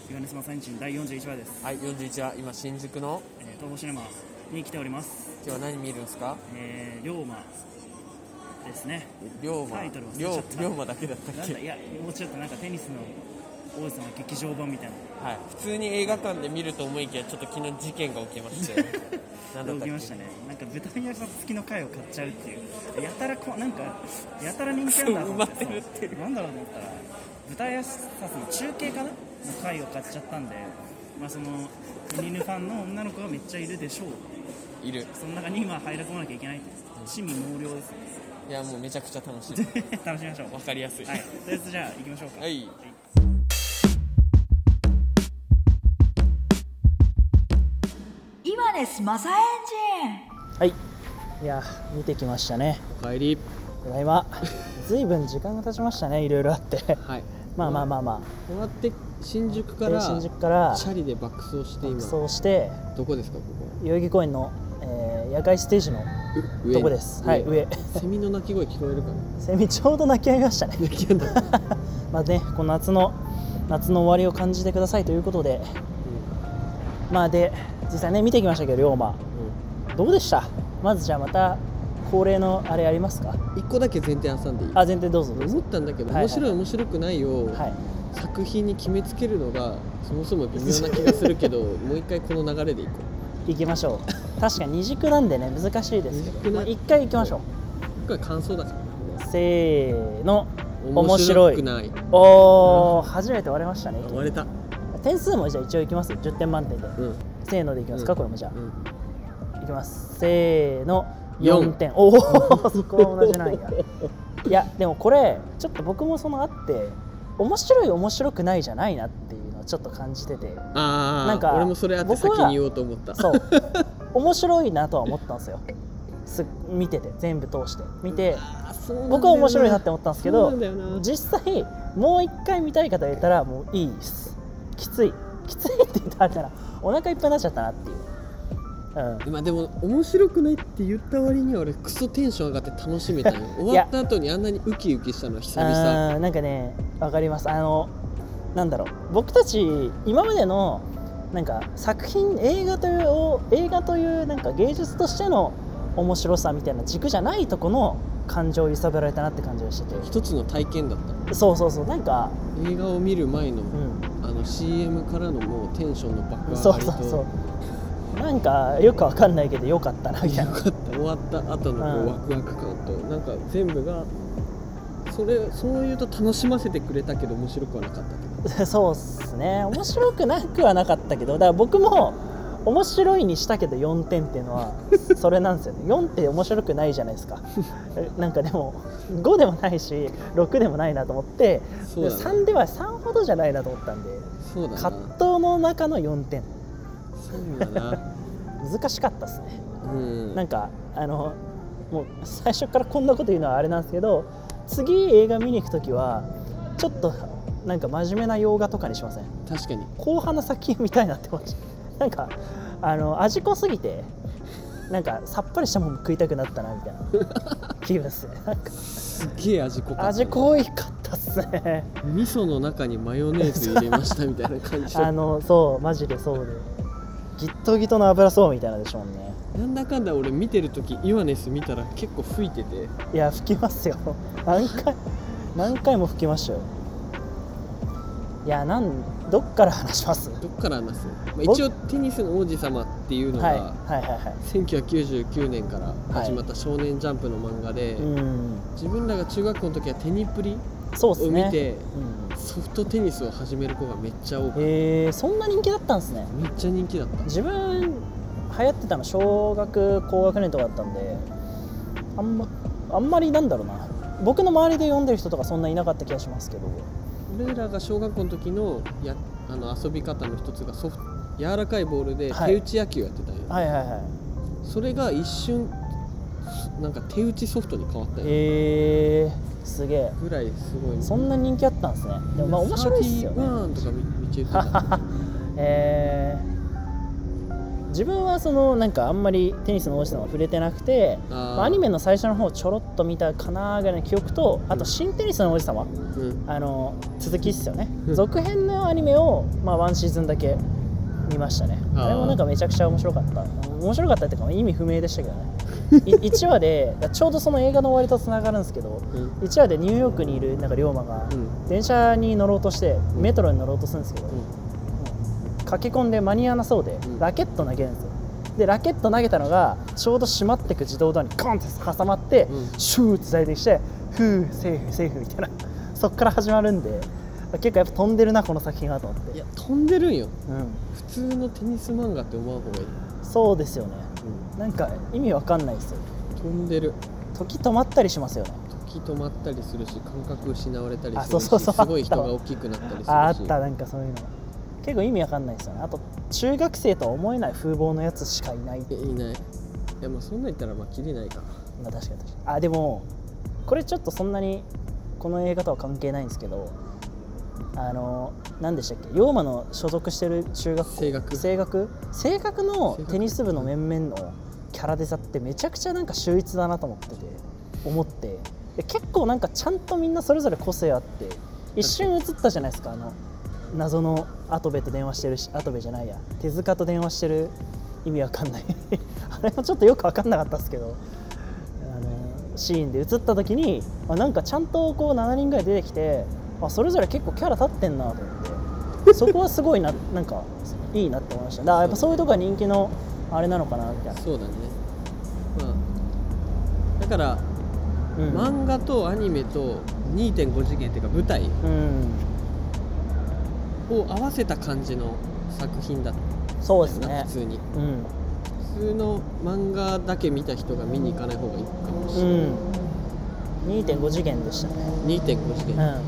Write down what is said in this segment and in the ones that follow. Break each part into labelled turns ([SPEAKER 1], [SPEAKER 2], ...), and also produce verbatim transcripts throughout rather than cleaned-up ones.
[SPEAKER 1] 岩根スマサインチンだいよんじゅういちわです。
[SPEAKER 2] はい、よんじゅういちわ、今新宿の、
[SPEAKER 1] えー、東宝シネマに来ております。
[SPEAKER 2] 今日は何見るんですか？
[SPEAKER 1] えー、龍馬ですね。
[SPEAKER 2] 龍馬、
[SPEAKER 1] タイトル忘れちゃった。
[SPEAKER 2] 龍馬だけだったっけ？
[SPEAKER 1] なんだいや、もうちょっとなんかテニスの王子様劇場版みたいな。
[SPEAKER 2] はい、普通に映画館で見ると思いきや、ちょっと昨日事件が起きましてなんだったっけ？
[SPEAKER 1] 起きましたね。なんか豚肉付きの貝を買っちゃうっていう、やたらこなんかやたら人気なんだと思ってさ、なんだろうと思ったら豚やさの中継かなの貝を買っちゃったんで、まあその犬ファンの女の子がめっちゃいるでしょう。
[SPEAKER 2] いる。
[SPEAKER 1] その中に今入ら込まなきゃいけないって市民納涼ですね。
[SPEAKER 2] いや、もうめちゃくちゃ楽しい
[SPEAKER 1] 楽しみましょう。
[SPEAKER 2] わかりやすい。
[SPEAKER 1] はい、とりあえずじゃあ行きましょうか。
[SPEAKER 2] はい、はい。
[SPEAKER 3] 岩根スマサエンジン。
[SPEAKER 1] はい、いや見てきましたね。
[SPEAKER 2] おかえり。
[SPEAKER 1] ただいま。ずいぶん時間が経ちましたね、いろいろあって。
[SPEAKER 2] はい。
[SPEAKER 1] まあまあまあまあ。
[SPEAKER 2] 終わって新宿から
[SPEAKER 1] 新宿から
[SPEAKER 2] チャリで爆走して今。
[SPEAKER 1] 爆走して
[SPEAKER 2] どこですかここ？
[SPEAKER 1] 代々木公園の、えー、野外ステージのとこです。はい、上。
[SPEAKER 2] セミの鳴き声聞こえるかな？
[SPEAKER 1] セミちょうど鳴き上げましたね。
[SPEAKER 2] 鳴き上げた。
[SPEAKER 1] まあね、この夏の夏の終わりを感じてくださいということで、うん、まあで実際ね見てきましたけど龍馬、うん、どうでした？まずじゃあまた恒例のあれありますか？
[SPEAKER 2] 一個だけ前提挟んでいい？
[SPEAKER 1] あ、前提どうぞどうぞ。
[SPEAKER 2] 思ったんだけど、
[SPEAKER 1] はいはい、
[SPEAKER 2] 面白い面白くないを、はい、作品に決めつけるのがそもそも微妙な気がするけどもう一回この流れでいこ
[SPEAKER 1] う。行きましょう。確かに二軸なんでね難しいですけど、まあ、一回行きましょう。
[SPEAKER 2] 一回感想だから。
[SPEAKER 1] せーの。
[SPEAKER 2] 面白くない。
[SPEAKER 1] おー、初めて割れましたね。
[SPEAKER 2] 割れた。
[SPEAKER 1] 点数もじゃあ一応いきますよ。じゅってん満点で、うん、せーのでいきますか、うん、これもじゃあ、うん、いきます。せーのよんてん。おおそこは同じなんや。いやでもこれちょっと僕もそのあって面白い面白くないじゃないなっていうのをちょっと感じてて、
[SPEAKER 2] あなんか俺もそれあって先に言おうと思った。
[SPEAKER 1] そう面白いなとは思ったんですよ。す見てて全部通して見て僕は面白いなって思ったんですけど、実際もう一回見たい方がいたらもういいです。きついきついって言ったらお腹いっぱいになっちゃったなっていう、うん、今
[SPEAKER 2] でも面白くないって言った割には俺クソテンション上がって楽しめたよ。終わった後にあんなにウキウキしたの久々。
[SPEAKER 1] あなんかねわかります。あのなんだろう、僕たち今までのなんか作品映画という映画というなんか芸術としての面白さみたいな軸じゃないとこの感情を揺さぶられたなって感じがしてて、
[SPEAKER 2] 一つの体験だった。
[SPEAKER 1] そうそうそう、なんか
[SPEAKER 2] 映画を見る前の、うん、あの シーエム からのもうテンションの爆上がりと、そうそうそうなんかよくわかんないけどよかったなみたいな。よかった。終わった後のこうワクワク感と、うん、なんか全部がそれそういうと楽しませてくれたけど面白くはなかったけど
[SPEAKER 1] そうっすね、面白くなくはなかったけどだから僕も面白いにしたけどよんてんっていうのはそれなんですよね。よんって面白くないじゃないですか。なんかでもごでもないしろくでもないなと思って、でさんではさんほどじゃないなと思ったんで、
[SPEAKER 2] そうだな、
[SPEAKER 1] 葛藤の中のよんてん。
[SPEAKER 2] そうだな
[SPEAKER 1] 難しかったっすね、
[SPEAKER 2] うん、
[SPEAKER 1] なんかあのもう最初からこんなこと言うのはあれなんですけど、次映画見に行くときはちょっとなんか真面目な洋画とかにしません？確
[SPEAKER 2] かに
[SPEAKER 1] 後半の作品見たいなって思っちゃう。なんかあの味濃すぎてなんかさっぱりしたもの食いたくなったなみたいな気分ですね。なんか
[SPEAKER 2] すげえ味濃かった、ね、
[SPEAKER 1] 味濃いかったっすね。
[SPEAKER 2] 味噌の中にマヨネーズ入れましたみたいな感じ
[SPEAKER 1] あのそうマジでそうでギットギトの油そうみたいなでしょうね。
[SPEAKER 2] なんだかんだ俺見てるときイワネス見たら結構吹いてて、
[SPEAKER 1] いや吹きますよ。何回何回も吹きましたよ。いやなんどっから話します？
[SPEAKER 2] どっから話す？まあ、一応テニスの王子様っていうのが、はいはいはいはい、せんきゅうひゃくきゅうじゅうきゅうねんから始まった少年ジャンプの漫画で、はい、自分らが中学校の時はテニプリを見て、ねうん、ソフトテニスを始める子がめっちゃ多かった。
[SPEAKER 1] へー、そんな人気だったんですね。
[SPEAKER 2] めっちゃ人気だった。
[SPEAKER 1] 自分流行ってたの小学高学年とかだったんであんまあんまりなんだろうな、僕の周りで読んでる人とかそんないなかった気がしますけど、
[SPEAKER 2] 俺らが小学校の時のやあの遊び方の一つがソフト柔らかいボールで手打ち野球やってたんよ、はい、はいはいはいそれが一瞬なんか手打ちソフトに変わったよ。
[SPEAKER 1] へー、すげえ
[SPEAKER 2] ぐらいすごい、ね、
[SPEAKER 1] そんな人気あったんですね。でもまあ面白いっすよね。
[SPEAKER 2] サーティワンとかめっちゃ言ってた。
[SPEAKER 1] えー、 自分はそのなんかあんまりテニスの王子様は触れてなくて、
[SPEAKER 2] あ
[SPEAKER 1] アニメの最初の方ちょろっと見たかなぐらいの記憶と、あと新テニスの王子様、うん、あの続きっすよね、うん、続編のアニメをまあワンシーズンだけ見ましたね。 あ, あれもなんかめちゃくちゃ面白かった。面白かったっていうか意味不明でしたけどねいちわでちょうどその映画の終わりとつながるんですけど、うん、いちわでニューヨークにいるなんか龍馬が電車に乗ろうとしてメトロに乗ろうとするんですけど、うん、駆け込んで間に合わなそうでラケット投げるんですよ。でラケット投げたのがちょうど閉まってく自動ドアにコンって挟まって、うん、シューって最適してフーセーフセーフみたいなそっから始まるんで結構やっぱ飛んでるなこの作品はと思って。い
[SPEAKER 2] や飛んでるんよ、うん、普通のテニス漫画って思わん方がいい。
[SPEAKER 1] そうですよね、うん、なんか意味わかんないですよ。
[SPEAKER 2] 飛んでる。
[SPEAKER 1] 時止まったりしますよね。
[SPEAKER 2] 時止まったりするし感覚失われたりするし、
[SPEAKER 1] そうそうそう、
[SPEAKER 2] すごい人が大きくなったりするし、
[SPEAKER 1] ああったなんかそういうの結構意味わかんないですよね。あと中学生とは思えない風貌のやつしかいない。
[SPEAKER 2] いない。いやまあそんな言ったらまあキリないか。
[SPEAKER 1] まあ確かに確かに。あでもこれちょっとそんなにこの映画とは関係ないんですけど、あの何でしたっけ、龍馬の所属してる中学校、声楽声楽声楽のテニス部の面々のキャラデザってめちゃくちゃなんか秀逸だなと思ってて思って結構なんかちゃんとみんなそれぞれ個性あって一瞬映ったじゃないですか。あの謎の跡部と電話してるし、跡部じゃないや手塚と電話してる意味わかんないあれもちょっとよくわかんなかったですけど、あのシーンで映った時にあなんかちゃんとこうしちにんぐらい出てきて、あそれぞれ結構キャラ立ってんなと思ってそこはすごいな、なんかいいなって思いました。だからやっぱそういうとこが人気のあれなのかなみたいな。
[SPEAKER 2] そうだね、まあ、だから、うん、漫画とアニメと にてんご 次元っていうか舞台を合わせた感じの作品だった。
[SPEAKER 1] そうですね、
[SPEAKER 2] 普通に、
[SPEAKER 1] うん、
[SPEAKER 2] 普通の漫画だけ見た人が見に行かない方がいいかもしれない、うん、
[SPEAKER 1] にてんご 次元でしたね。
[SPEAKER 2] にてんご 次元、うん、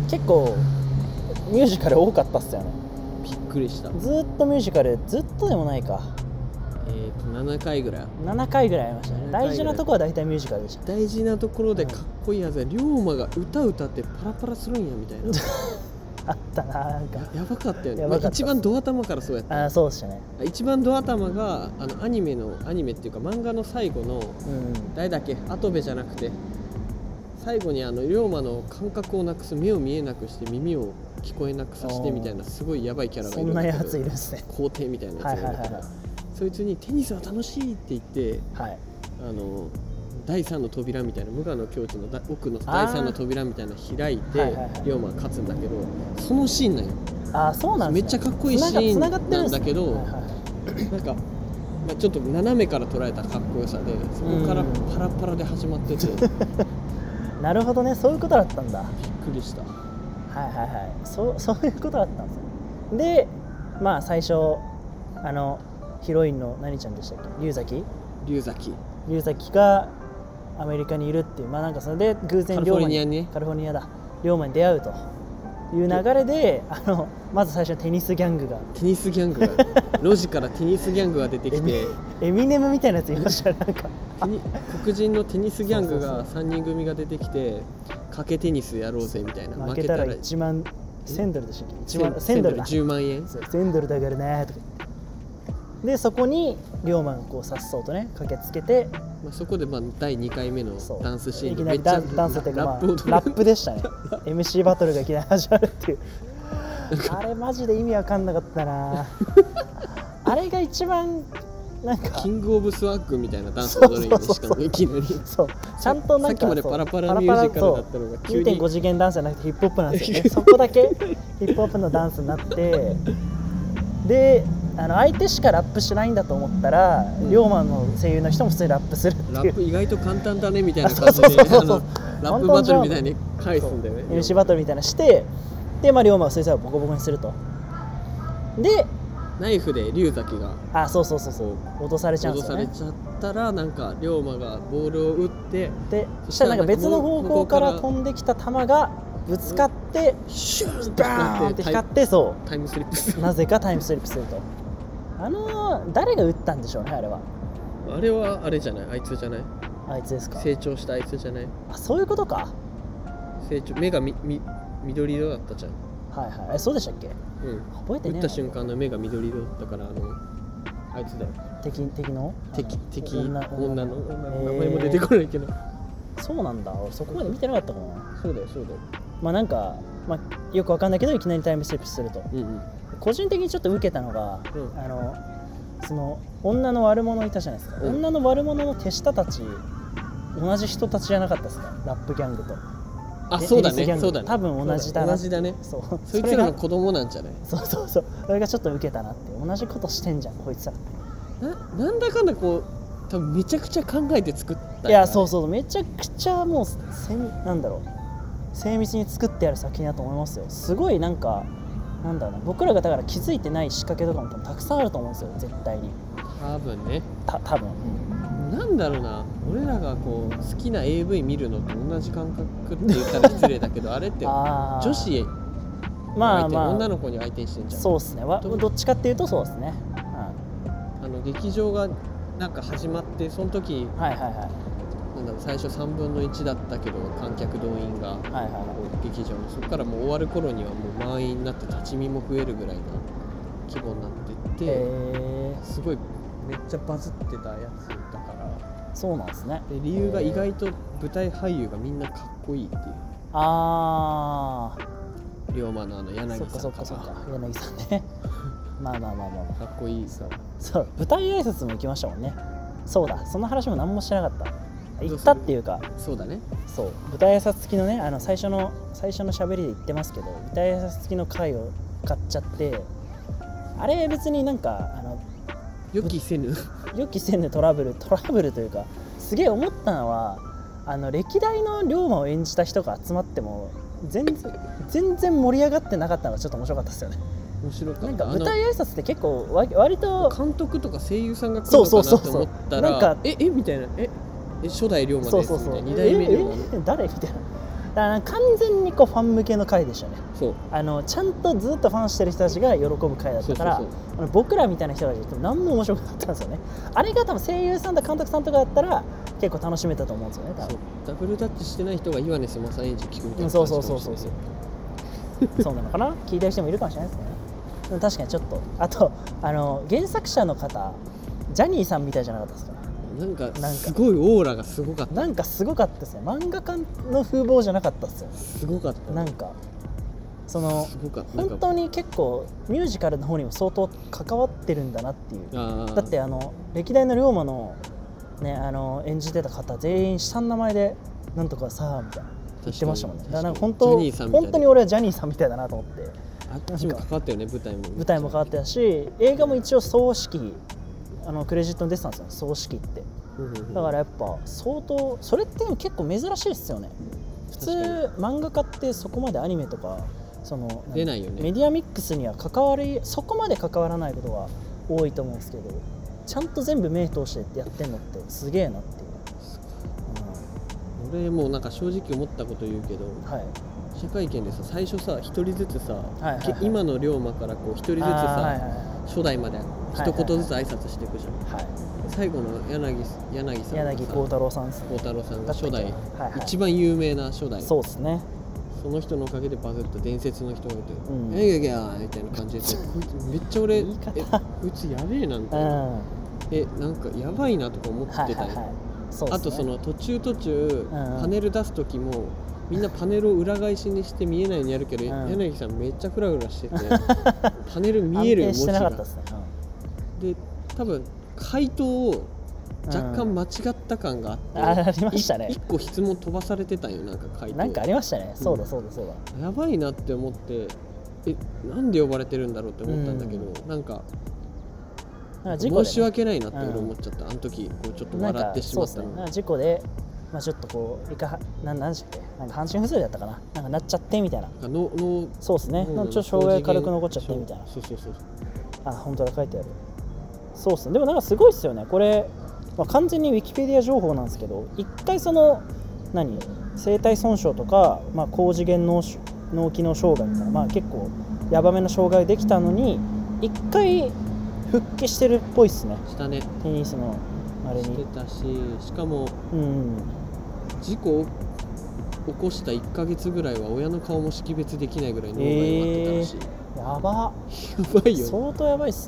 [SPEAKER 1] 結構ミュージカル多かったっすよね。
[SPEAKER 2] びっくりした。
[SPEAKER 1] ずっとミュージカル、ずっとでもないか、
[SPEAKER 2] えーとななかいぐらい
[SPEAKER 1] ななかいぐらいありましたね。大事なところは大体ミュージカルでした。
[SPEAKER 2] 大事なところでかっこいいはずや、龍馬が歌歌ってパラパラするんやみたいな
[SPEAKER 1] あったな、なんか
[SPEAKER 2] や, やばかったよね。まあ、一番ド頭からそうやった。
[SPEAKER 1] あそうでしたね。
[SPEAKER 2] 一番ド頭があのアニメのアニメっていうか漫画の最後の、うん、誰だっけ、跡部じゃなくて最後にあの龍馬の感覚をなくす、目を見えなくして耳を聞こえなくさせてみたいなすごいやばいキャラがいるんだけど、
[SPEAKER 1] そんなやついるんですね。
[SPEAKER 2] 皇帝みたいなやつがいるから、はいはいはいはい、そいつにテニスは楽しいって言って、はい、あのだいさんの扉みたいな、無我の境地の奥のだいさんの扉みたいなの開いて、はいはいはい、龍馬が勝つんだけど、そのシーンなんよ。
[SPEAKER 1] あそうなんですね。
[SPEAKER 2] めっちゃかっこいいシーンなんだけど、はいはい、なんか、まあ、ちょっと斜めから捉えたかっこよさで、そこからパラパラで始まってて
[SPEAKER 1] なるほどね、そういうことだったんだ。
[SPEAKER 2] びっくりした。
[SPEAKER 1] はいはいはい、そ, そういうことだったんですよ。でまあ最初あのヒロインの何ちゃんでしたっけ、龍崎
[SPEAKER 2] 龍崎
[SPEAKER 1] 龍崎がアメリカにいるっていう、まあなんかそれで偶然龍馬にカリフォルニアに、ね、カリフォルニアだ龍馬に出会うという流れで、あのまず最初テニスギャングが
[SPEAKER 2] テニスギャングが路地からテニスギャングが出てきて
[SPEAKER 1] エミネムみたいなやついましたね。なんか
[SPEAKER 2] 黒人のテニスギャングがさんにん組が出てきて、賭けテニスやろうぜみたいな、
[SPEAKER 1] 負けたらいちまんせんドルでしたっけ、いちまん
[SPEAKER 2] せんドルじゅうまんえん、
[SPEAKER 1] せんドルだからねとかで、そこに龍馬がこうさっそうとね駆けつけて、
[SPEAKER 2] まあ、そこでまあだいにかいめのダンスシーン、
[SPEAKER 1] いきなりダンダンスっていうか、まあ、ラップでしたねエムシー バトルがいきなり始まるっていうあれマジで意味わかんなかったなあれが一番なんか
[SPEAKER 2] キングオブスワッグみたいなダンスを踊るよね。しかもいきなり
[SPEAKER 1] そうちゃんとなんか
[SPEAKER 2] さっきまでパラパラミュージカルだったのが急に
[SPEAKER 1] にてんご 次元ダンスじゃなくてヒップホップなんですよねそこだけヒップホップのダンスになって、であの相手しかラップしないんだと思ったら、うん、龍馬の声優の人も普通にラップするっていう、
[SPEAKER 2] ラップ意外と簡単だねみたいな感じでラップバトルみたいに返すんだよね。
[SPEAKER 1] エムシー バトルみたいなして、で、まあ、龍馬はそいつらをボコボコにすると、で
[SPEAKER 2] ナイフで龍崎が
[SPEAKER 1] あそうそうそうそう落とされちゃうんですよね。
[SPEAKER 2] 落とされちゃったら、なんか龍馬がボールを打って、
[SPEAKER 1] でそしたらなんか別の方向から飛んできた球がぶつかってシューバーンって光って、そう
[SPEAKER 2] タイムスリップする
[SPEAKER 1] なぜかタイムスリップすると。あの誰が打ったんでしょうね、あれは。
[SPEAKER 2] あれはあれじゃない、あいつじゃない、
[SPEAKER 1] あいつですか。
[SPEAKER 2] 成長したあいつじゃない。
[SPEAKER 1] あ、そういうことか。
[SPEAKER 2] 成長、目がみみ緑色だったじゃん。
[SPEAKER 1] はいはい、えそうでしたっけ。
[SPEAKER 2] うん、
[SPEAKER 1] 覚えてねえ。
[SPEAKER 2] 打った瞬間の目が緑色だったから、あのあいつだよ。
[SPEAKER 1] 敵敵の
[SPEAKER 2] 敵敵
[SPEAKER 1] 女
[SPEAKER 2] 女の
[SPEAKER 1] えー
[SPEAKER 2] 名前も出てこないけど、
[SPEAKER 1] そうなんだ。俺そこまで見てなかったかな。
[SPEAKER 2] そうだよそうだよ。
[SPEAKER 1] まあなんか、まあ、よくわかんないけどいきなりタイムスリップすると、
[SPEAKER 2] うんうん、
[SPEAKER 1] 個人的にちょっと受けたのが、
[SPEAKER 2] うん、
[SPEAKER 1] あのその女の悪者いたじゃないですか、うん、女の悪者の手下たち同じ人たちじゃなかったですか、ラップギャングと。
[SPEAKER 2] あ、そうだねそうだね、
[SPEAKER 1] 多分同じだな。
[SPEAKER 2] 同じだね。
[SPEAKER 1] そう
[SPEAKER 2] そいつらの子供なんじゃない。
[SPEAKER 1] そうそうそう、それがちょっと受けたなって。同じことしてんじゃんこいつら。
[SPEAKER 2] な, なんだかんだこう多分めちゃくちゃ考えて作った、ね、
[SPEAKER 1] いやそうそう、めちゃくちゃもうせんなんだろう精密に作ってやる作品だと思いますよ。すごいなんかなんだろうな、僕らがだから気づいてない仕掛けとかも多分たくさんあると思うんですよ絶対に。
[SPEAKER 2] 多分ね。
[SPEAKER 1] た多分、
[SPEAKER 2] うん、なんだろうな、俺らがこう好きな エーブイ 見るのと同じ感覚って言ったら失礼だけどあれって女子
[SPEAKER 1] まあまあ
[SPEAKER 2] 女の子に相手にしてんじゃん。
[SPEAKER 1] そうですね、どっちかっていうとそうですね、
[SPEAKER 2] うん、あの劇場がなんか始まってその時、
[SPEAKER 1] はいはいはい、
[SPEAKER 2] なんだろう、最初さんぶんのいちだったけど観客動員が、はいはいはい、劇場のそこからもう終わる頃にはもう満員になって立ち見も増えるぐらいの規模になってって、すごいめっちゃバズってたやつだから。
[SPEAKER 1] そうなんですね。
[SPEAKER 2] で理由が意外と舞台俳優がみんなかっこいいっていう。
[SPEAKER 1] あ
[SPEAKER 2] ー、龍馬のあの柳さんとか。
[SPEAKER 1] そっかそっかそっか、柳さんねまあまあまあまあ
[SPEAKER 2] かっこいいさ。
[SPEAKER 1] そう、舞台挨拶も行きましたもんね。そうだ、その話も何もしてなかった。行ったっていうか、
[SPEAKER 2] そうだね。
[SPEAKER 1] そう、舞台挨拶付きのね、あの最初の最初の喋りで言ってますけど、舞台挨拶付きの回を買っちゃって、あれ別になんかあの
[SPEAKER 2] 予期せぬ
[SPEAKER 1] 予期せぬトラブルトラブルというか、すげえ思ったのは、あの歴代の龍馬を演じた人が集まっても全然全然盛り上がってなかったのがちょっと面白かったですよね。
[SPEAKER 2] 面白かった。
[SPEAKER 1] なんか舞台挨拶って結構わ割と
[SPEAKER 2] 監督とか声優さんが来るのかなと思ったら、なんかええみたいな、ええ初代龍馬ですみたいな、に代目龍馬、
[SPEAKER 1] ええ誰みたいな。だから完全にこうファン向けの回でしたね。
[SPEAKER 2] そう、あ
[SPEAKER 1] のちゃんとずっとファンしてる人たちが喜ぶ回だったから、そうそうそう、あの僕らみたいな人たちって何も面白くなかったんですよね。あれが多分声優さんと監督さんとかだったら結構楽しめたと思うんですよね。多分そう、
[SPEAKER 2] ダブルタッチしてない人が岩根正エンジン聞くみたいな感じかもしれない。
[SPEAKER 1] そうそうそうそうそうそうなのかな、聞いてる人もいるかもしれないですね。でも確かにちょっと、あとあの原作者の方ジャニーさんみたいじゃなかったですか。
[SPEAKER 2] なんかすごいオーラがすごかった。
[SPEAKER 1] なんかすごかったですね。漫画家の風貌じゃなかったですよ。
[SPEAKER 2] すごかった。
[SPEAKER 1] なんかその本当に結構ミュージカルの方にも相当関わってるんだなっていう。だってあの歴代の龍馬のね、あの演じてた方全員下の名前でなんとかさあみたいな言ってましたもんね。だからなんか本当本当に俺はジャニーさんみたいだなと思って。
[SPEAKER 2] あっちも関わったよね、舞台も。
[SPEAKER 1] 舞台も関わってたし、映画も一応葬式。あのクレジットに出てたんですよ、葬式って。だからやっぱ相当それって結構珍しいですよね。普通漫画家ってそこまでアニメとかその
[SPEAKER 2] 出ないよね。
[SPEAKER 1] メディアミックスには関わりそこまで関わらないことが多いと思うんですけど、ちゃんと全部目通してやってんのってすげえなっていう。
[SPEAKER 2] うん、俺もうなんか正直思ったこと言うけど、はい、記者会見でさ最初さ一人ずつさ、はいはいはい、今の龍馬からこう一人ずつさ、はいはいはい、初代まで一言ずつ挨拶していくじゃん、はいはいはい、最後の柳柳さん
[SPEAKER 1] 柳幸太郎さんですね。
[SPEAKER 2] 幸太郎さんが初代、はいはい、一番有名な初代。
[SPEAKER 1] そうですね。
[SPEAKER 2] その人のおかげでバズった伝説の人がいて「うん、えいやいや」みたいな感じでめっちゃ俺えこいつやべえなみたいな、うん、えなんかやばいなとか思ってたよ、はいはいはい、ね、あとその途中途中、うん、パネル出す時もみんなパネルを裏返しにして見えないようにやるけど、うん、柳さんめっちゃフラフラしててパネル見えるよ文字が。安定してなかったっすね、うん、で多分回答を若干間違った感があって、うん、あ, ありましたね。いっこ質問飛ばされてたんよ、なんか回答
[SPEAKER 1] なんかありましたね、うん、そうだそうだそう
[SPEAKER 2] だ、やばいなって思ってえなんで呼ばれてるんだろうって思ったんだけど、うん、なんかなんか、ね、申し訳ないなって俺思っちゃった、うん、あの時こうちょっと笑ってしまったの。
[SPEAKER 1] なんかそうですね、事故で、まあ、ちょっとこういかななんでしたっけ、なんか半身不随だったかな、なんかなっちゃってみたいな。ののそうですね、ちょっと障害軽く残っちゃってみたいな。
[SPEAKER 2] そうそうそうそう、
[SPEAKER 1] あ本当だ書いてある。そうですね、でもなんかすごいですよねこれ、まあ、完全にウィキペディア情報なんですけど、一回その何声帯損傷とか、まあ、高次元脳脳機能障害みたいな、まあ、結構ヤバめな障害できたのに一回復帰してるっぽいっすね。
[SPEAKER 2] したね、
[SPEAKER 1] テニスのあれに
[SPEAKER 2] してたし、しかも、うん、事故を起こしたいっかげつぐらいは親の顔も識別できないぐらい脳が弱ってたらしい、
[SPEAKER 1] えー、やば
[SPEAKER 2] やばいよ、
[SPEAKER 1] 相当やばいっすね。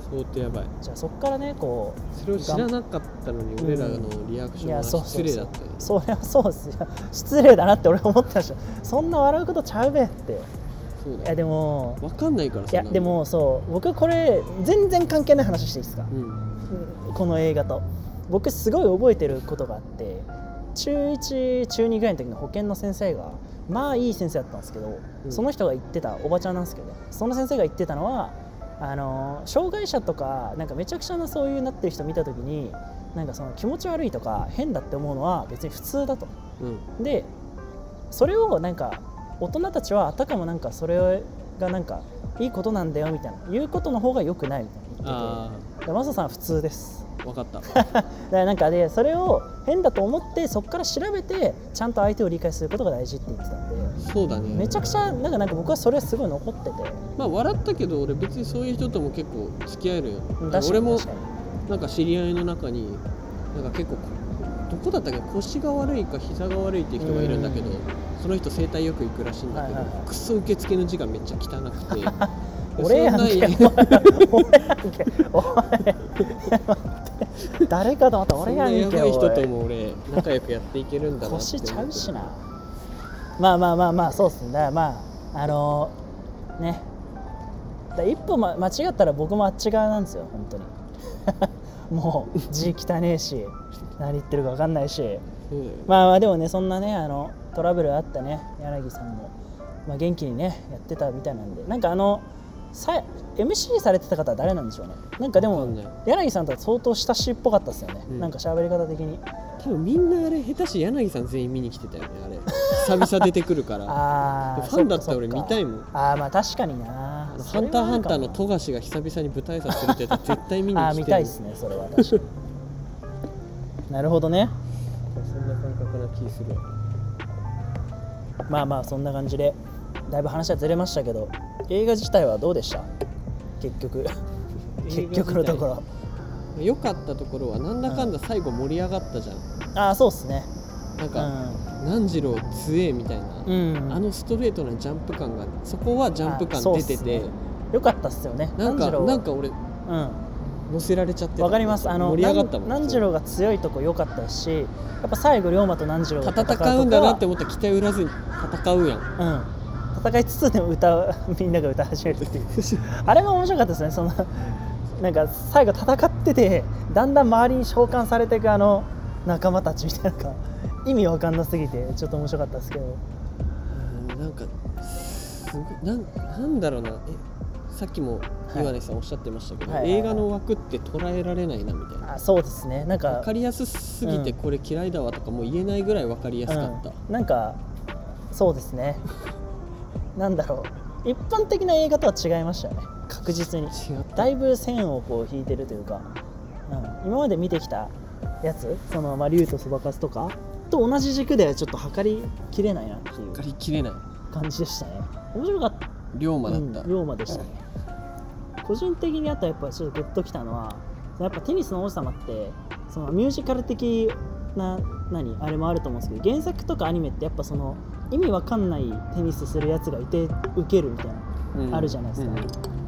[SPEAKER 2] 相当やばい。
[SPEAKER 1] じゃあそっからねこう
[SPEAKER 2] それを知らなかったのに俺らのリアクションは失礼だったよね。
[SPEAKER 1] それはそうですよ、失礼だなって俺思ってました。そんな笑うことちゃうべって。
[SPEAKER 2] そうだよ。
[SPEAKER 1] いやでも
[SPEAKER 2] 分かんないからさ。
[SPEAKER 1] いやでもそう僕これ全然関係ない話していいですか、うん、この映画と僕すごい覚えてることがあって、中いち中にぐらいの時の保健の先生がまあいい先生だったんですけど、うん、その人が言ってたおばちゃんなんですけどね、その先生が言ってたのはあの障害者とかなんかめちゃくちゃなそういうなってる人見た時になんかその気持ち悪いとか変だって思うのは別に普通だと、うん、でそれをなんか大人たちはあたかもなんかそれがなんかいいことなんだよみたいな言うことの方が良くないみたいな言ってて、マサさんは普通です。
[SPEAKER 2] 分かった
[SPEAKER 1] だからなんかでそれを変だと思ってそこから調べてちゃんと相手を理解することが大事って言ってたんで、
[SPEAKER 2] そうだね、
[SPEAKER 1] めちゃくちゃなんかなんか僕はそれはすごい残ってて、
[SPEAKER 2] まあ笑ったけど俺別にそういう人とも結構付き合えるよ。
[SPEAKER 1] 俺
[SPEAKER 2] もなんか知り合いの中になんか結構どこだったっけ、腰が悪いか膝が悪いっていう人がいるんだけど、その人整体よく行くらしいんだけど、はいはいはい、クソ受付の字がめっちゃ汚くて
[SPEAKER 1] 俺やんけ俺やんけお前誰かと思ったら俺やんけ。
[SPEAKER 2] そんなやばい人とも俺仲良くやっていけるんだなって
[SPEAKER 1] 腰ちゃうしな。まあまあまあまあそうっすね。だからまああのー、ねだ一歩、ま、間違ったら僕もあっち側なんですよ本当にもう字汚ねえし何言ってるか分かんないし、うん、まあまあでもねそんなねあのトラブルあったね柳さんも、まあ、元気にねやってたみたいなんで、なんかあのさ エムシー されてた方は誰なんでしょうね。なんかでも柳さんとは相当親しいっぽかったですよね、うん、なんか喋り方的に。
[SPEAKER 2] 多分みんなあれ下手し柳さん全員見に来てたよねあれ久々出てくるから
[SPEAKER 1] あ
[SPEAKER 2] ファンだったら俺見たいもん。
[SPEAKER 1] ああまあ確かにな。
[SPEAKER 2] ハンターハンターの富樫が久々に舞台挨拶するってやったら絶対見に来てる。
[SPEAKER 1] ああ見たいっすねそれは確かになるほどね。
[SPEAKER 2] そんな感覚な気する。
[SPEAKER 1] まあまあそんな感じでだいぶ話はずれましたけど、映画自体はどうでした結局結局のところ。
[SPEAKER 2] 良かったところはなんだかんだ最後盛り上がったじゃん、うん、
[SPEAKER 1] ああそうっすね。
[SPEAKER 2] なんか、うん、何次郎強えみたいな、うん、あのストレートなジャンプ感がそこはジャンプ感出てて、ね、
[SPEAKER 1] よかったっすよね。
[SPEAKER 2] なんかなんか俺、うん、乗せられちゃって
[SPEAKER 1] わかります。あの
[SPEAKER 2] 盛り上がったもん。
[SPEAKER 1] 何次郎が強いとこ良かったし、やっぱ最後龍馬と何次郎が戦うとか
[SPEAKER 2] 戦うんだなって思ったら期待裏ずに戦うやん、
[SPEAKER 1] うん戦いつつでも歌うみんなが歌い始めるっていうあれも面白かったですね。そのなんか最後戦っててだんだん周りに召喚されていくあの仲間たちみたいなのが意味わかんなすぎてちょっと面白かったですけど、
[SPEAKER 2] うんなんかすごい な, なんだろうなえさっきも岩根さんおっしゃってましたけど、はいはいはいはい、映画の枠って捉えられないなみたいな。
[SPEAKER 1] あそうですね。なんか
[SPEAKER 2] 分かりやすすぎてこれ嫌いだわとかもう言えないぐらい分かりやすかった、
[SPEAKER 1] うん、なんかそうですねなんだろう一般的な映画とは違いましたよね確実に。だいぶ線をこう引いてるというか、うん、今まで見てきたやつその、まあ、竜とそばかすとかと同じ軸ではちょっと測りきれないなっていう
[SPEAKER 2] 測りきれない
[SPEAKER 1] 感じでしたね。面白かった。
[SPEAKER 2] 龍馬だった、
[SPEAKER 1] うん、龍馬でしたね。個人的にあとやっぱちょっとグッときたのはやっぱテニスの王子様ってそのミュージカル的な何あれもあると思うんですけど、原作とかアニメってやっぱその意味わかんないテニスするやつがいてウケるみたいな、うん、あるじゃないですか、うん、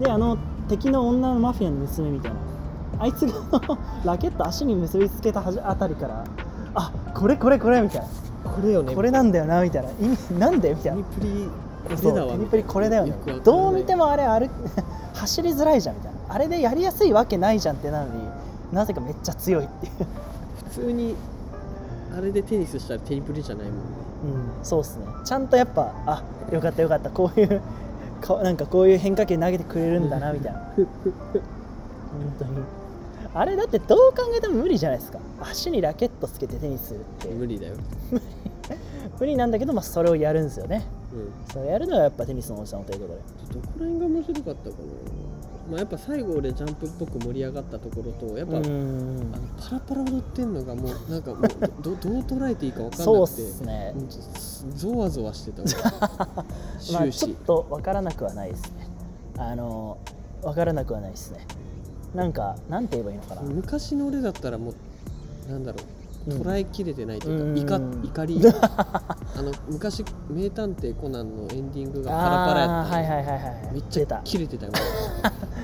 [SPEAKER 1] であの敵の女のマフィアの娘みたいなあいつがラケット足に結びつけたあたりからあこれこれこれみたいな
[SPEAKER 2] これよね
[SPEAKER 1] これなんだよなみたいな意味なんでみたいな
[SPEAKER 2] テニプリこれだわ
[SPEAKER 1] テニプリこれだよねどう見てもあれ歩走りづらいじゃんみたいなあれでやりやすいわけないじゃんってなのになぜかめっちゃ強いっていう
[SPEAKER 2] 普通にあれでテニスしたらテニプリじゃないもんね。
[SPEAKER 1] うん、そうっすね。ちゃんとやっぱあよかったよかったこういうかなんかこういう変化球投げてくれるんだなみたいな本当にあれだってどう考えても無理じゃないですか。足にラケットつけてテニスするって
[SPEAKER 2] 無理だよ
[SPEAKER 1] 無理なんだけど、まあ、それをやるんですよね、
[SPEAKER 2] うん、
[SPEAKER 1] それをやるのはやっぱテニスの王子様ということで。
[SPEAKER 2] どこら辺が面白かったかな。まあ、やっぱ最後俺ジャンプっぽく盛り上がったところとやっぱあのパラパラ踊ってんのがもうなんかもう ど, どう捉えていいか分かんなくて
[SPEAKER 1] そうっすね
[SPEAKER 2] ゾワゾワしてた
[SPEAKER 1] まあちょっと分からなくはないですね。あの分からなくはないですね。なんかなんて言えばいいのかな。
[SPEAKER 2] 昔の俺だったらもうなんだろう捉えきれてないというか、うん、怒りあの昔名探偵コナンのエンディングがパラパラやった、
[SPEAKER 1] はいはいはいはい、
[SPEAKER 2] めっちゃキレてたよ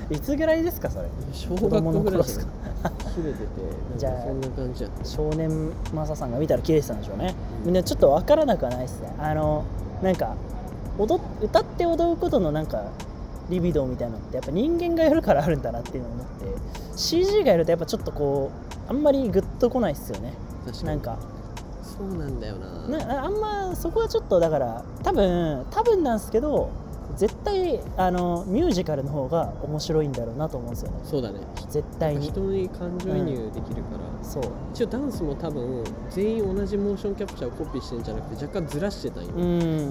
[SPEAKER 1] いつぐらいですかそれ？
[SPEAKER 2] 小学校ぐらいですか。切れてて、
[SPEAKER 1] じゃあ
[SPEAKER 2] そんな感じやった。
[SPEAKER 1] 少年マサさんが見たら切れてたんでしょうね、うん、みんなちょっと分からなくはないですね。あのなんか踊歌って踊ることのなんかリビドーみたいなのってやっぱ人間がやるからあるんだなっていうのを思って、 シージー がやるとやっぱちょっとこうあんまりグッとこないっすよね。
[SPEAKER 2] 確かに
[SPEAKER 1] なんか
[SPEAKER 2] そうなんだよ な,
[SPEAKER 1] なあんまそこはちょっとだから多分多分なんですけど絶対あのミュージカルの方が面白いんだろうなと思うんですよね。
[SPEAKER 2] そうだね、
[SPEAKER 1] 絶対に
[SPEAKER 2] 人に感情移入できるから、
[SPEAKER 1] うん、そう
[SPEAKER 2] 一応ダンスも多分全員同じモーションキャプチャーをコピーしてんじゃなくて若干ずらしてたんよ、
[SPEAKER 1] うん、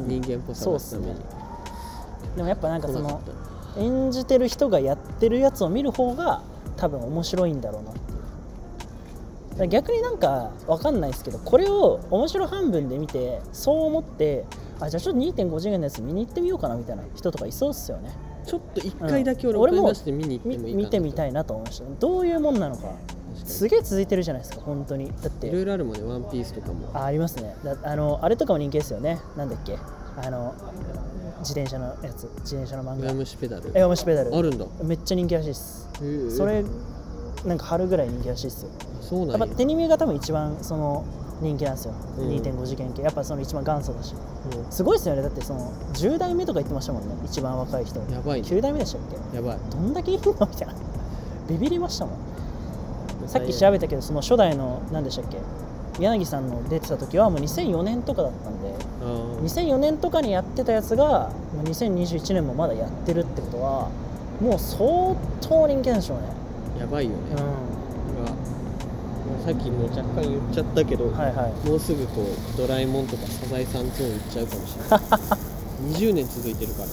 [SPEAKER 2] 人間っぽさ出すために。
[SPEAKER 1] そうっすね。でもやっぱなんかその演じてる人がやってるやつを見る方が多分面白いんだろうなっていう。だから逆になんか分かんないですけど、これを面白半分で見てそう思って、あじゃあちょっと にてんご 次元のやつ見に行ってみようかなみたいな人とかいそうっすよね。
[SPEAKER 2] ちょっと一回だけ俺お金出して見に行ってもいいかな、
[SPEAKER 1] うん、見てみたいなと思いました。どういうもんなのかすげえ続いてるじゃないですか本当に。だって
[SPEAKER 2] いろいろあるもんね、ワンピースとかも
[SPEAKER 1] あ, ありますね。だあのあれとかも人気ですよね。なんだっけあの自転車のやつ、自転車の漫画
[SPEAKER 2] 弱虫ペダル
[SPEAKER 1] 弱虫ペダル
[SPEAKER 2] あるんだ。
[SPEAKER 1] めっちゃ人気らしいです。それなんか春ぐらい人気らしいですよ。
[SPEAKER 2] そうなんや。
[SPEAKER 1] やっぱテニミが多分一番その人気なんですよ、うん、にてんご 次元系やっぱその一番元祖だし、うん、すごいですよね。だってそのじゅう代目とか言ってましたもんね、一番若い人。
[SPEAKER 2] やばい、ね、
[SPEAKER 1] きゅう代目でしたっけ。
[SPEAKER 2] やばい、
[SPEAKER 1] どんだけいるのみたいなビビりましたもん。さっき調べたけどその初代の何でしたっけ柳さんの出てた時はもうにせんよねんとかだったんで、にせんよねんとかにやってたやつがにせんにじゅういちねんもまだやってるってことはもう相当人気なんでしょうね。
[SPEAKER 2] やばいよね、うん、さっきも若干言っちゃったけど、はいはい、もうすぐこうドラえもんとかサザエさんゾーン行っちゃうかもしれないにじゅうねん続いてるから、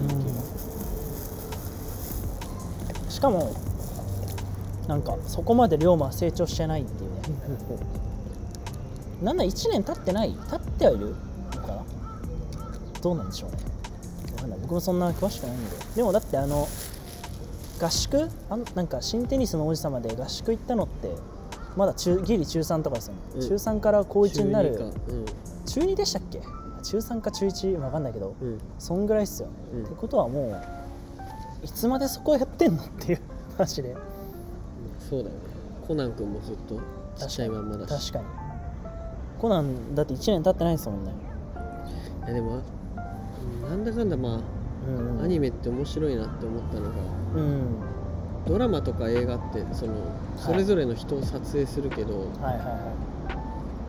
[SPEAKER 1] うん、しかもなんかそこまで龍馬は成長してないっていうねなんだいちねん経ってない経ってはいるのかな、どうなんでしょうね。わかんない、僕もそんな詳しくないんで。でもだってあの合宿あなんか新テニスの王子様で合宿行ったのってまだ中ギリ中さんとかですよね、うん、中さんから高いちになる。中 に, か、うん、中にでしたっけ、中さんか中いちわかんないけど、うん、そんぐらいっすよね、うん、ってことはもういつまでそこやってんのっていう話で、うん、
[SPEAKER 2] そうだよね。コナン君もずっとちっちゃいまんまだし。
[SPEAKER 1] 確かにコナンだっていちねん経ってないですもんね。
[SPEAKER 2] いやでもなんだかんだまあ、うんうん、アニメって面白いなって思ったのが、うん、ドラマとか映画ってそのそれぞれの人を撮影するけど、はいはいはいはい、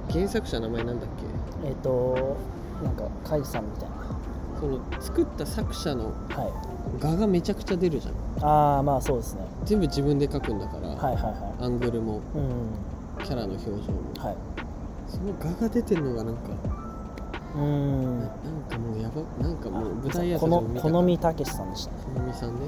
[SPEAKER 2] 原作者名前なんだっけ。
[SPEAKER 1] えっ、ー、となんかカイさんみたいな、
[SPEAKER 2] その作った作者の画がめちゃくちゃ出るじゃん、
[SPEAKER 1] はい、ああまあそうですね。
[SPEAKER 2] 全部自分で描くんだから、はいはいはい、アングルも、うん、キャラの表情も、はい、その画が出てるのがなんかうーん な, なんかもうやばなんかもう舞台挨拶を見たから。
[SPEAKER 1] 好みたけしさんでしたね。
[SPEAKER 2] 好みさんね。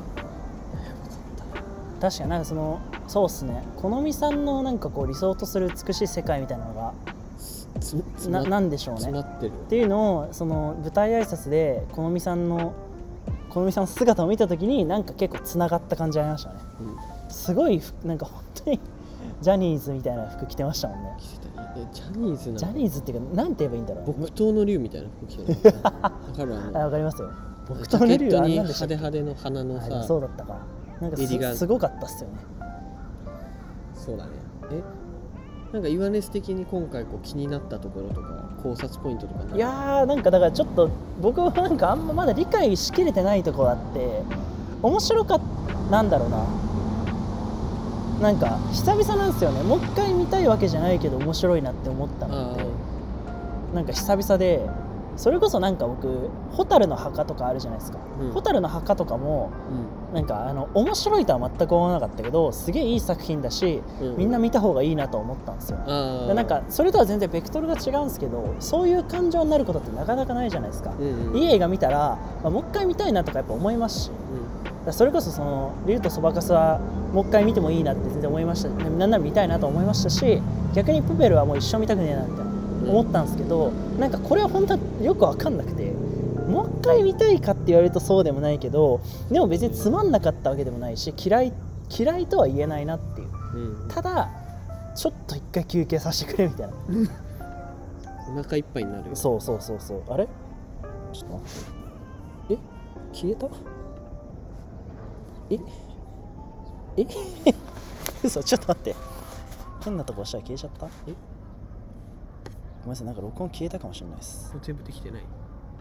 [SPEAKER 1] 確かになんかそのそうっすね、好みさんのなんかこう理想とする美しい世界みたいなのがな, なんでしょうねってるっていうのをその舞台挨拶で好みさんの好みさんの姿を見た時になんか結構つながった感じありましたね、うん、すごいなんか本当にジャニーズみたいな服着てましたもんね。
[SPEAKER 2] 着てたね。ジャニーズなの。
[SPEAKER 1] ジャニーズっていうかなんて言えばいいんだろう。
[SPEAKER 2] 木刀の竜みたいな服着てる。わかるあの。
[SPEAKER 1] あ、わかりますよ。木
[SPEAKER 2] 刀の竜は派手派手の花のさ。
[SPEAKER 1] そうだったか。なんか す, すごかったっすよね。
[SPEAKER 2] そうだね。え、なんかイワネス的に今回こう気になったところとか考察ポイントとかない？
[SPEAKER 1] いやーなんかだからちょっと僕はなんかあんままだ理解しきれてないところあって面白かったなんだろうな。なんか久々なんですよね。もう一回見たいわけじゃないけど面白いなって思ったのってなんか久々で、それこそなんか僕蛍の墓とかあるじゃないですか、うん、蛍の墓とかも、うん、なんかあの面白いとは全く思わなかったけどすげえいい作品だし、うん、みんな見た方がいいなと思ったんですよ。でなんかそれとは全然ベクトルが違うんですけどそういう感情になることってなかなかないじゃないですか、うんうん、いい映画見たら、まあ、もう一回見たいなとかやっぱ思いますし、うん、それこそその竜とそばかすはもう一回見てもいいなって全然思いました、なんなら見たいなと思いましたし、逆にプペルはもう一生見たくねえなみたいな思ったんですけど、なんかこれは本当はよく分かんなくて、もう一回見たいかって言われるとそうでもないけど、でも別につまんなかったわけでもないし嫌い嫌いとは言えないなっていう、うん、ただちょっと一回休憩させてくれみたいな
[SPEAKER 2] お腹いっぱいになるよ。
[SPEAKER 1] そうそうそうそう。あれちょっと待って、え消えたええ嘘、ちょっと待って、変なとこ押したら消えちゃった。えごめんなさい、なんか録音消えたかもしれないです。
[SPEAKER 2] 全部できてない。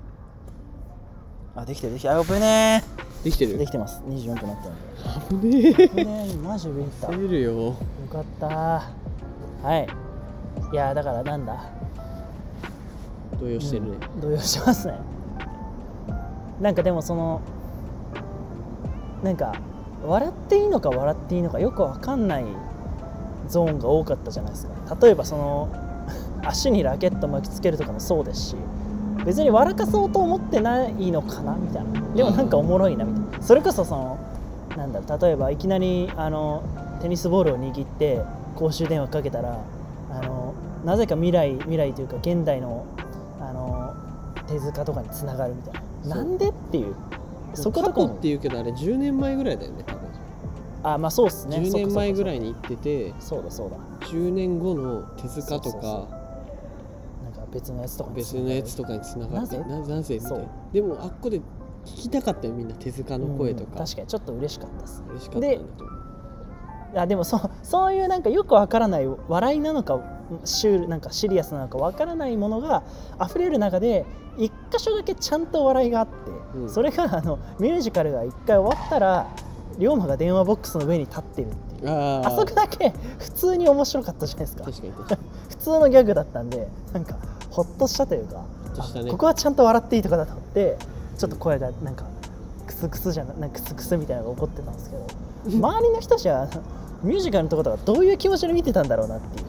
[SPEAKER 1] あ、できてるできてる。あ、危ね
[SPEAKER 2] ー。できてる。
[SPEAKER 1] できてます。にじゅうよんぷんなったん
[SPEAKER 2] で。危ねえ。
[SPEAKER 1] 危ねえ、マジビビった。
[SPEAKER 2] 焦るよ。
[SPEAKER 1] よかったー。はい。いやだからなんだ。
[SPEAKER 2] 動揺してるね。
[SPEAKER 1] うん、動揺しますね。なんかでもそのなんか笑っていいのか笑っていいのかよくわかんないゾーンが多かったじゃないですか。例えばその足にラケット巻きつけるとかもそうですし、別に笑かそうと思ってないのかなみたいな。でもなんかおもろいなみたいな。それこそそのなんだろう、例えばいきなりあのテニスボールを握って公衆電話かけたら、あのなぜか未来未来というか現代のあの手塚とかにつながるみたいな。なんでっていう。
[SPEAKER 2] そことかも過去っていうけどあれじゅうねんまえぐらいだよね多分。
[SPEAKER 1] あ、まあそうっすね。
[SPEAKER 2] じゅうねんまえぐらいに行ってて、
[SPEAKER 1] そうだそうだ。
[SPEAKER 2] じゅうねんごの手塚とか、そうそうそう、
[SPEAKER 1] なんか別のやつとかに
[SPEAKER 2] 別のやつとかにつながって、
[SPEAKER 1] なぜ
[SPEAKER 2] なぜみたいな。でもあっこで聞きたかったよみんな手塚の声とか、
[SPEAKER 1] うん、確かにちょっと嬉しかったです。
[SPEAKER 2] 嬉しかったんだと思う。
[SPEAKER 1] あでもそそういうなんかよくわからない笑いなのかシュールなんかシリアスなのかわからないものが溢れる中で一箇所だけちゃんと笑いがあって、うん、それがあのミュージカルが一回終わったら龍馬が電話ボックスの上に立ってるっていう、 あ, あそこだけ普通に面白かったじゃないですか。
[SPEAKER 2] 確かに確かに
[SPEAKER 1] 普通のギャグだったんでなんかホッとしたというか、ね、ここはちゃんと笑っていいとこだと思ってちょっと声がなんかクスクスじゃななんかクスクスみたいなのが起こってたんですけど周りの人たちはミュージカルのところとかどういう気持ちで見てたんだろうなっていう。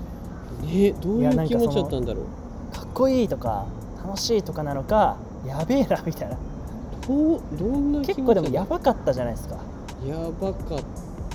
[SPEAKER 2] ね、どういう気持ちだったんだろう。
[SPEAKER 1] かっこいいとか楽しいとかなのか、やべえなみたいな。
[SPEAKER 2] どうどんな気持ち。
[SPEAKER 1] 結構でもやばかったじゃないですか。
[SPEAKER 2] やばかった。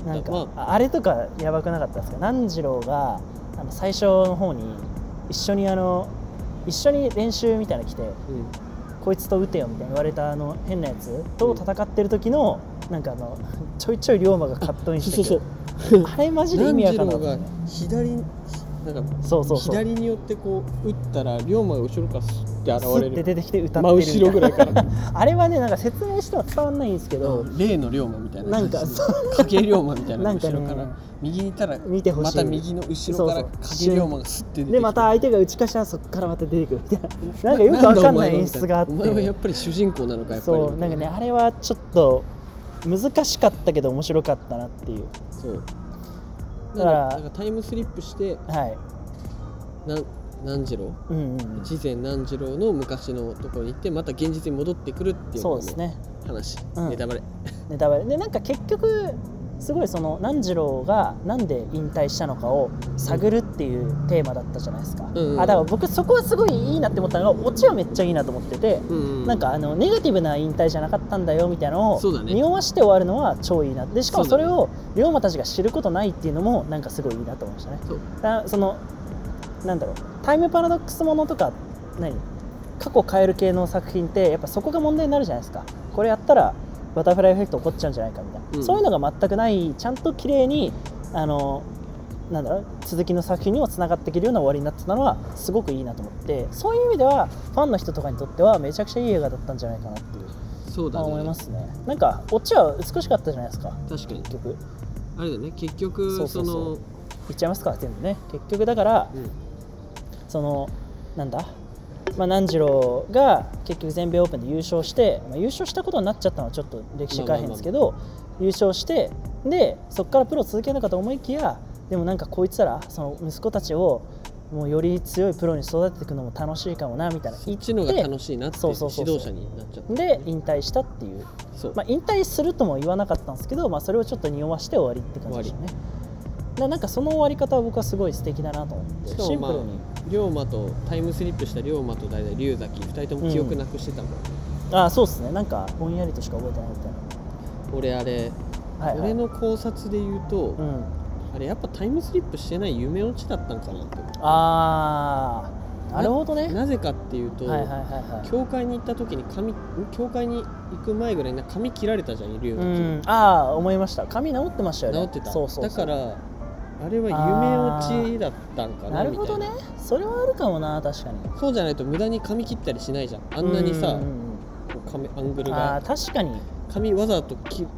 [SPEAKER 1] なんか、
[SPEAKER 2] まあ、
[SPEAKER 1] あれとかやばくなかったですか。南次郎があの最初の方に一緒にあの一緒に練習みたいなの来て、うん、こいつと撃てよみたいに言われたあの変なやつと戦ってる時の、うん、なんかあのちょいちょい龍馬がカットインしてくる。そうそうあれマジで意味わかんなかった、ね、
[SPEAKER 2] 左なんかそうそうそう左によってこう撃ったら龍馬が後ろからスッて現れる。スッて出てきて歌ってるみたいな。真後ろぐらいからあれはねなんか説明しては伝わんないんですけど、例の龍馬みたいな
[SPEAKER 1] なんか
[SPEAKER 2] 影龍馬みたいな後ろから、ね、右にいたら見てほしい。また右の後ろから影龍馬がスッて出てきて、
[SPEAKER 1] でまた相手が打ち返したらそこからまた出てくるみたいな。なんかよくわかんない演出があって、
[SPEAKER 2] お前はやっぱり主人公なのかやっぱり。
[SPEAKER 1] そうなんかねあれはちょっと難しかったけど面白かったなっていう。
[SPEAKER 2] そうだからなんかタイムスリップして、はい、な南次郎、うんうんうん、知前南次郎の昔のところに行ってまた現実に戻ってくるっていうのが、ね、そうですね、話、うん、ネタバレ
[SPEAKER 1] ネタバレでなんか結局すごいその南次郎がなんで引退したのかを探るっていうテーマだったじゃないですか、うんうんうん、あだから僕そこはすごいいいなって思ったのがオチはめっちゃいいなと思ってて、うんうん、なんかあのネガティブな引退じゃなかったんだよみたいなのを匂わして終わるのは超いいな。でしかもそれを龍馬たちが知ることないっていうのもなんかすごいいいなと思いましたね。そうだそのなんだろうタイムパラドックスものとか何過去変える系の作品ってやっぱそこが問題になるじゃないですか。これやったらバタフライエフェクト起こっちゃうんじゃないかみたいな、うん、そういうのが全くないちゃんと綺麗にあのなんだろう続きの作品にもつながっていけるような終わりになってたのはすごくいいなと思って、そういう意味ではファンの人とかにとってはめちゃくちゃいい映画だったんじゃないかなっていう
[SPEAKER 2] そうだ、ね、
[SPEAKER 1] 思いますね。なんかオチは美しかったじゃないですか。
[SPEAKER 2] 確かに
[SPEAKER 1] 結局
[SPEAKER 2] あれだね結局そうそうそうその
[SPEAKER 1] 言っちゃいますか全部ね。結局だから、うん、そのなんだまあ、南次郎が結局全米オープンで優勝して、まあ、優勝したことになっちゃったのはちょっと歴史改変ですけど、まあまあまあ、優勝してでそこからプロを続けるのかと思いきやでもなんかこいつらその息子たちをもうより強いプロに育てていくのも楽しいかもなみたいな
[SPEAKER 2] 言ってそっちのが楽しいなって指導者になっちゃった
[SPEAKER 1] で引退したっていう、まあ、引退するとも言わなかったんですけど、まあ、それをちょっと匂わして終わりって感じでしたね。だなんかその終わり方は僕はすごい素敵だなと思ってシンプルに
[SPEAKER 2] 龍馬とタイムスリップした龍馬と代々龍崎ふたりとも記憶なくしてたもん、
[SPEAKER 1] うん、ああそうですねなんかぼんやりとしか覚えてないみたいな。
[SPEAKER 2] 俺あれ、はいはい、俺の考察で言うと、うん、あれやっぱタイムスリップしてない夢落ちだったんかなって。
[SPEAKER 1] ああなるほどね。
[SPEAKER 2] な, なぜかっていうと、はいはいはいはい、教会に行った時に髪教会に行く前ぐらいに髪切られたじゃん龍崎、うん、
[SPEAKER 1] ああ思いました。髪治ってましたよね。
[SPEAKER 2] 治ってた。
[SPEAKER 1] そうそうそう
[SPEAKER 2] だからあれは夢落ちだったんかなみたいな。
[SPEAKER 1] なるほどねそれはあるかもな。確かに
[SPEAKER 2] そうじゃないと無駄に髪切ったりしないじゃん。あんなにさ、うんうんうん、アングルが
[SPEAKER 1] あ確かに
[SPEAKER 2] 髪わざと切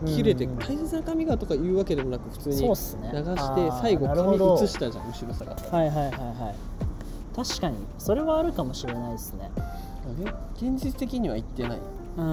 [SPEAKER 2] 切れて大切な髪がとか言うわけでもなく普通に流して、ね、最後髪移したじゃん後ろ姿。
[SPEAKER 1] はいはいはいはい。確かにそれはあるかもしれないですね。
[SPEAKER 2] 現実的には言ってない。
[SPEAKER 1] うん。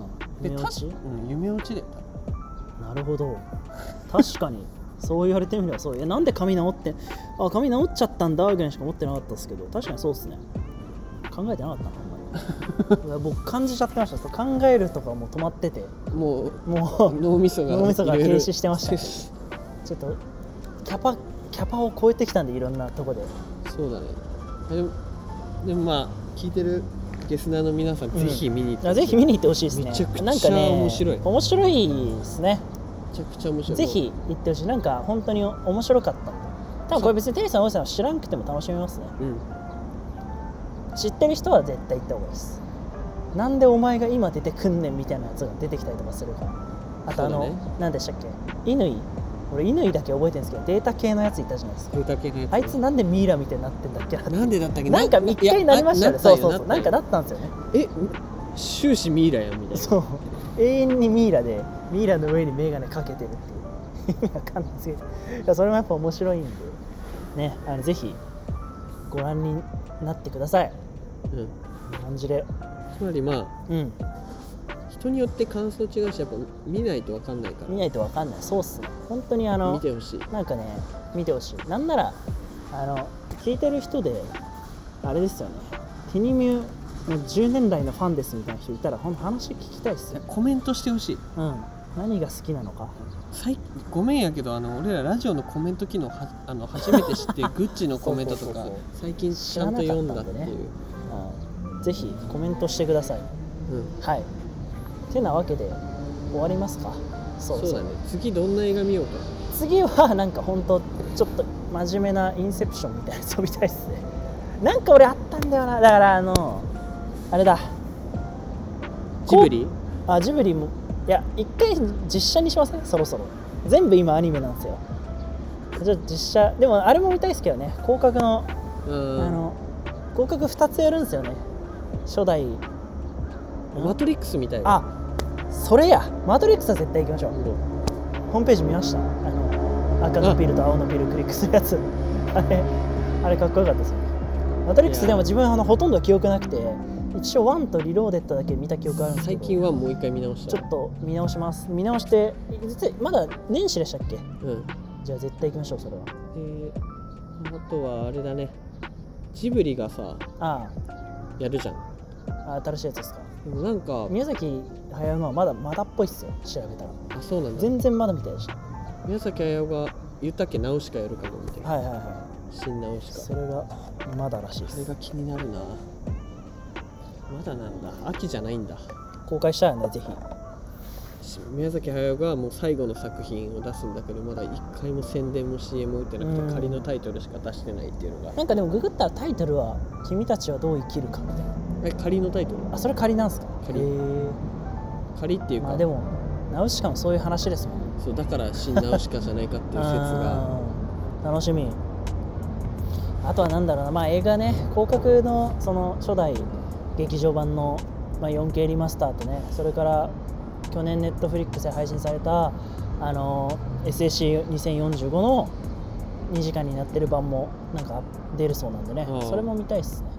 [SPEAKER 2] 夢落ち？うん、夢落ちで。
[SPEAKER 1] なるほど。確かにそう言われてみればそう。いやなんで髪直ってあ髪直っちゃったんだぐらいしか思ってなかったですけど、確かにそうですね。考えてなかったな。僕感じちゃってました。考えるとかもう止まってて、
[SPEAKER 2] もう
[SPEAKER 1] もう
[SPEAKER 2] 脳みそが
[SPEAKER 1] 脳みそが停止してました、ね。ちょっとキャパキャパを超えてきたんでいろんなとこで。
[SPEAKER 2] そうだね。でも、でもまあ聞いてるゲスナーの皆さん、うん、ぜひ見に行って、
[SPEAKER 1] ぜひ見に行ってほしいですね。
[SPEAKER 2] めちゃくちゃなんか、ね、面白い。
[SPEAKER 1] 面白いですね。
[SPEAKER 2] めちゃくちゃ面白い。
[SPEAKER 1] ぜひ行ってほしい。なんか本当に面白かった。多分これ別にテニスの王子さんは知らなくても楽しめますね。うん、知ってる人は絶対行った方がいいです。なんでお前が今出てくんねんみたいなやつが出てきたりとかするから。あとあの、ね、何でしたっけ、乾、俺乾だけ覚えてるんですけどデータ系のやついたじゃないですか。
[SPEAKER 2] データ系のやつ、
[SPEAKER 1] あいつなんでミイラみたいになってんだっけなって。
[SPEAKER 2] なんでだったっけ。
[SPEAKER 1] なんか一回になりましたね。そうそうそう、なんかなったんですよね。
[SPEAKER 2] え終始ミイラやんみたいな。
[SPEAKER 1] そう永遠にミイラでミイラの上にメガネかけてるっていう意味わかんないですけど、いやそれもやっぱ面白いんでね、あのぜひご覧になってください。うん感じで
[SPEAKER 2] つまりまあ、うん、人によって感想違うし、やっぱ見ないと分かんないから。
[SPEAKER 1] 見ないと分かんない。そうっすね。本当にあの
[SPEAKER 2] 見てほしい。
[SPEAKER 1] なんかね見てほしい。なんならあの聞いてる人であれですよね。ティニミュのじゅうねん来のファンですみたいな人いたらほんと話聞きたいっすよ。
[SPEAKER 2] コメントしてほしい。
[SPEAKER 1] うん。何が好きなのか。
[SPEAKER 2] ごめんやけどあの俺らラジオのコメント機能はあの初めて知ってグッチのコメントとか最近ちゃんと読んだっていう。ね、
[SPEAKER 1] ぜひコメントしてください。うん、はい。てなわけで終わりますか。
[SPEAKER 2] そうそう、そうだね。次どんな映画見ようか。
[SPEAKER 1] 次はなんか本当ちょっと真面目なインセプションみたいなやつを見たいですね。なんか俺あったんだよな。だからあのあれだ。
[SPEAKER 2] ジブリ？
[SPEAKER 1] あジブリもいや一回実写にしません？そろそろ。全部今アニメなんですよ。じゃあ実写でもあれも見たいですけどね。広角のあの広角ふたつやるんですよね。初代
[SPEAKER 2] マトリックスみたいな。
[SPEAKER 1] あそれやマトリックスは絶対行きましょう。ホームページ見ました。あの赤のピルと青のピルクリックするやつ。あれあれかっこよかったですよね。マトリックスでも自分あのほとんど記憶なくて一応ワンとリローデッドだけ見た記憶あるんですけど、
[SPEAKER 2] 最近はもう一回見直した。
[SPEAKER 1] ちょっと見直します見直して実はまだ年始でしたっけ。うん。じゃあ絶対行きましょうそれは。
[SPEAKER 2] であとはあれだね、ジブリがさあやるじゃん。
[SPEAKER 1] あ新しいやつですか。
[SPEAKER 2] でもなんか
[SPEAKER 1] 宮崎駿のはまだまだっぽいっすよ調べたら。
[SPEAKER 2] あそうなんだ。
[SPEAKER 1] 全然まだみたいでした。
[SPEAKER 2] 宮崎駿が言ったっけナウシカやるかもみたいな。
[SPEAKER 1] はいはいはい。
[SPEAKER 2] 新ナウシカ。そ
[SPEAKER 1] れがまだらしいです。
[SPEAKER 2] それが気になるな。まだなんだ。秋じゃないんだ。
[SPEAKER 1] 公開したらねぜひ。
[SPEAKER 2] 宮崎駿がもう最後の作品を出すんだけどまだ一回も宣伝も シーエム も打ってなくて仮のタイトルしか出してないっていうのが。
[SPEAKER 1] なんかでもググったらタイトルは君たちはどう生きるかみたいな。
[SPEAKER 2] え仮のタイトル？あ
[SPEAKER 1] それ仮なんすか。
[SPEAKER 2] 仮。仮っていうか。
[SPEAKER 1] まあでもナウシカもそういう話ですもんね。
[SPEAKER 2] そうだから新ナウシカじゃないかっていう説が
[SPEAKER 1] 楽しみ。あとはなんだろうな、まあ映画ね広角のその初代劇場版の、まあ、よんケー リマスターとね、それから去年ネットフリックスで配信されたあの エスエーシーにせんよんじゅうご のにじかんになってる版もなんか出るそうなんでね、それも見たいっすね。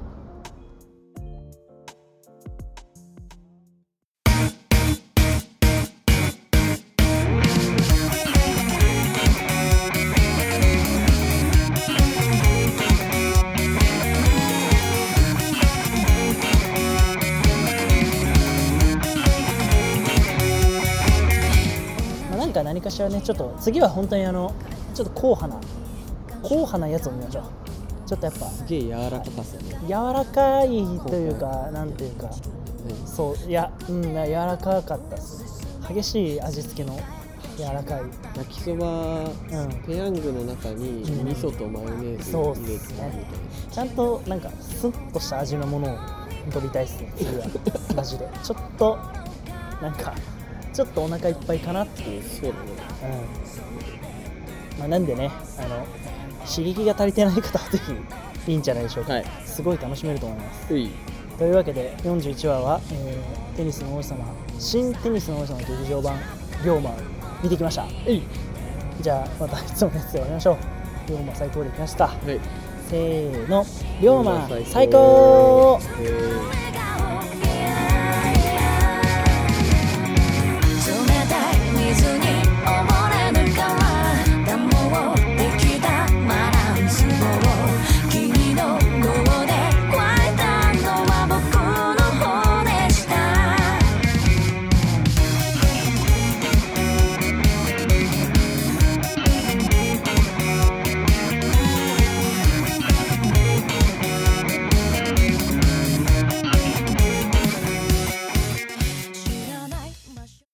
[SPEAKER 1] 何かしらね、ちょっと次は本当にあのちょっと硬派な硬派なやつを見ましょう。ちょっとやっぱ
[SPEAKER 2] すげえ柔らかかったね。
[SPEAKER 1] 柔らかいというかなんていうか、うん、そういやうん柔らかかったですね。激しい味付けの柔らかい
[SPEAKER 2] 焼きそば、うん、ペヤングの中に味噌とマヨネーズを入れてるみたいな、ね、
[SPEAKER 1] ちゃんとなんかスッとした味のものを取りたいですね。次はマジでちょっとなんかちょっとお腹いっぱいかなっていう。
[SPEAKER 2] そうだね。
[SPEAKER 1] うん。まあなんでね、あの刺激が足りてない方はぜひいいんじゃないでしょうか。はい、すごい楽しめると思います。はい、というわけでよんじゅういちわは、えー、テニスの王子様新テニスの王子様劇場版龍馬見てきました。じゃあまたいつものやつで終わりましょう。龍馬最高でいきますか。
[SPEAKER 2] はい、
[SPEAKER 1] せーの、龍馬最高。
[SPEAKER 2] えー